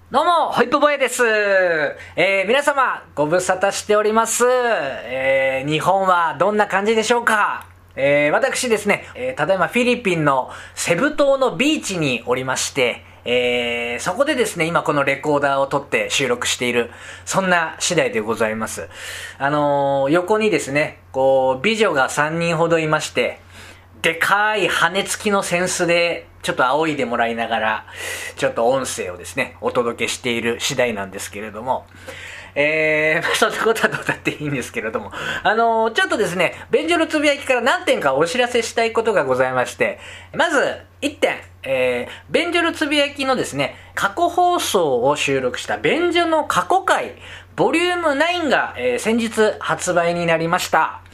どうも、ホイップボーイです。皆様、ご無沙汰しております。日本はどんな感じでしょうか？私ですね、ただいまフィリピンのセブ島のビーチにおりまして、そこでですね、今このレコーダーを撮って収録している、そんな次第でございます。横にですね、美女が3人ほどいまして、でかい羽付きの扇子でちょっと仰いでもらいながらちょっと音声をですねお届けしている次第なんですけれども、そんなことはどうだっていいんですけれども、ちょっとですね便所のつぶやきから何点かお知らせしたいことがございまして、まず1点、便所のつぶやきのですね過去放送を収録した便所の過去回ボリューム9が、先日発売になりました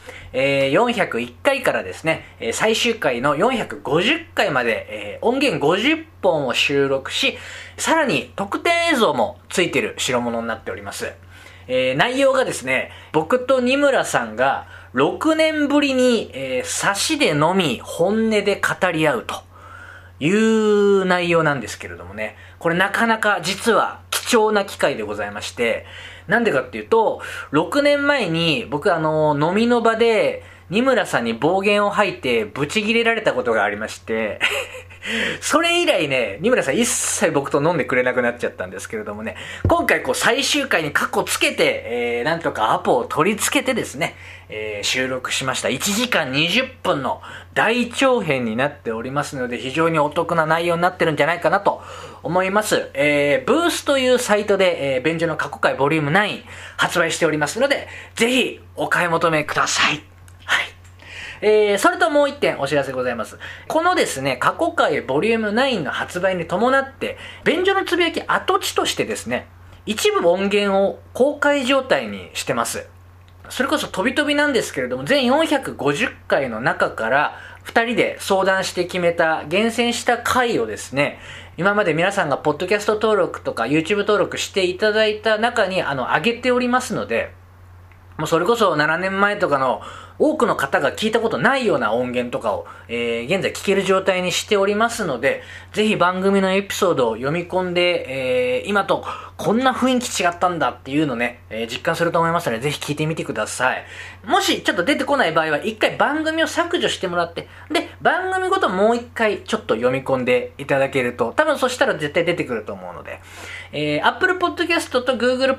。401回からですね、最終回の450回まで、音源50本を収録し、さらに特典映像もついている代物になっております。内容がですね、僕と二村さんが6年ぶりに、差しでのみ本音で語り合うという内容なんですけれどもね、これなかなか実は貴重な機会でございまして、なんでかっていうと、6年前に僕飲みの場で二村さんに暴言を吐いてブチギレられたことがありましてそれ以来ね、二村さん一切僕と飲んでくれなくなっちゃったんですけれどもね、今回最終回にカッコつけて、なんとかアポを取り付けてですね、収録しました。1時間20分の大長編になっておりますので、非常にお得な内容になってるんじゃないかなと思います。ブースというサイトで、便所の過去回ボリューム9発売しておりますので、ぜひお買い求めください。はい。それともう一点お知らせございます。このですね、過去回ボリューム9の発売に伴って、便所のつぶやき跡地としてですね、一部音源を公開状態にしてます。それこそ飛び飛びなんですけれども、全450回の中から2人で相談して決めた厳選した回をですね、今まで皆さんがポッドキャスト登録とか YouTube 登録していただいた中に上げておりますので、もうそれこそ7年前とかの多くの方が聞いたことないような音源とかを、現在聞ける状態にしておりますので、ぜひ番組のエピソードを読み込んで、今とこんな雰囲気違ったんだっていうのね、実感すると思いますので、ぜひ聞いてみてください。もしちょっと出てこない場合は、一回番組を削除してもらって、で、番組ごともう一回ちょっと読み込んでいただけると、多分そしたら絶対出てくると思うので、Apple Podcast と Google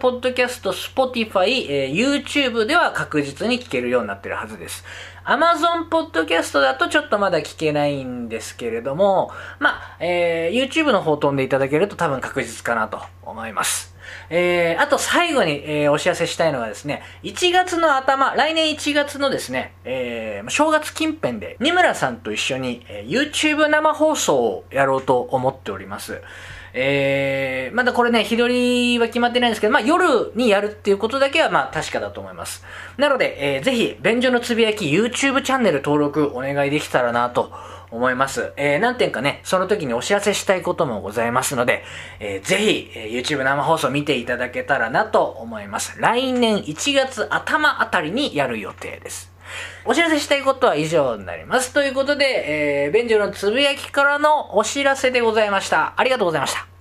Podcast、Spotify、YouTube では確実に聞けるようになってるはずです。Amazon Podcast だとちょっとまだ聞けないんですけれども、YouTube の方飛んでいただけると多分確実かなと思います。あと最後に、お知らせしたいのがですね、1月の頭、来年1月のですね、正月近辺で、二村さんと一緒に、YouTube 生放送をやろうと思っております。まだこれね、日取りは決まってないんですけど、夜にやるっていうことだけは確かだと思います。なので、ぜひ、便所のつぶやき YouTube チャンネル登録お願いできたらなと思います。何点かね、その時にお知らせしたいこともございますので、ぜひ、YouTube 生放送見ていただけたらなと思います。来年1月頭あたりにやる予定です。お知らせしたいことは以上になります。ということで、便所のつぶやきからのお知らせでございました。ありがとうございました。